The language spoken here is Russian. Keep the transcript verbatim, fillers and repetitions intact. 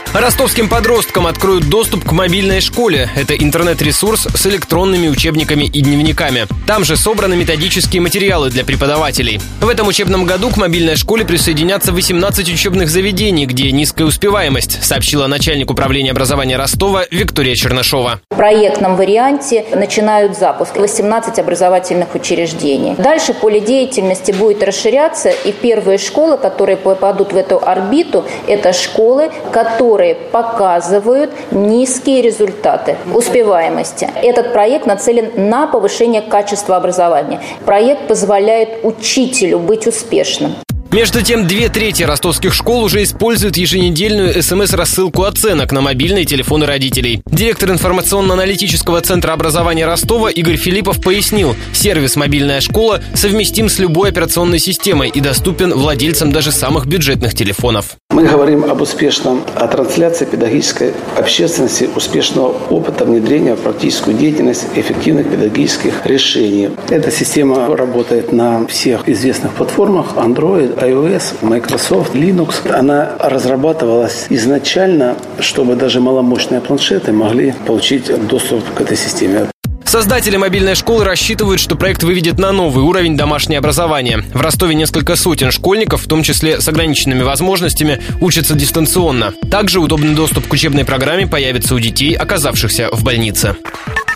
Ростовским подросткам откроют доступ к мобильной школе. Это интернет-ресурс с электронными учебниками и дневниками. Там же собраны методические материалы для преподавателей. В этом учебном году к мобильной школе присоединятся восемнадцать учебных заведений, где низкая успеваемость, сообщила начальник управления образования Ростова Виктория Чернышова. В проектном варианте начинают запуск восемнадцать образовательных учреждений. Дальше поле деятельности будет расширяться, и первые школы, которые попадут в эту орбиту, это школы, которые показывают низкие результаты успеваемости. Этот проект нацелен на повышение качества образования. Проект позволяет учителю быть успешным. Между тем, две трети ростовских школ уже используют еженедельную СМС-рассылку оценок на мобильные телефоны родителей. Директор информационно-аналитического центра образования Ростова Игорь Филиппов пояснил, сервис «Мобильная школа» совместим с любой операционной системой и доступен владельцам даже самых бюджетных телефонов. Мы говорим об успешном, о трансляции педагогической общественности, успешного опыта внедрения в практическую деятельность эффективных педагогических решений. Эта система работает на всех известных платформах Android, iOS, Microsoft, Linux. Она разрабатывалась изначально, чтобы даже маломощные планшеты могли получить доступ к этой системе. Создатели мобильной школы рассчитывают, что проект выведет на новый уровень домашнее образование. В Ростове несколько сотен школьников, в том числе с ограниченными возможностями, учатся дистанционно. Также удобный доступ к учебной программе появится у детей, оказавшихся в больнице.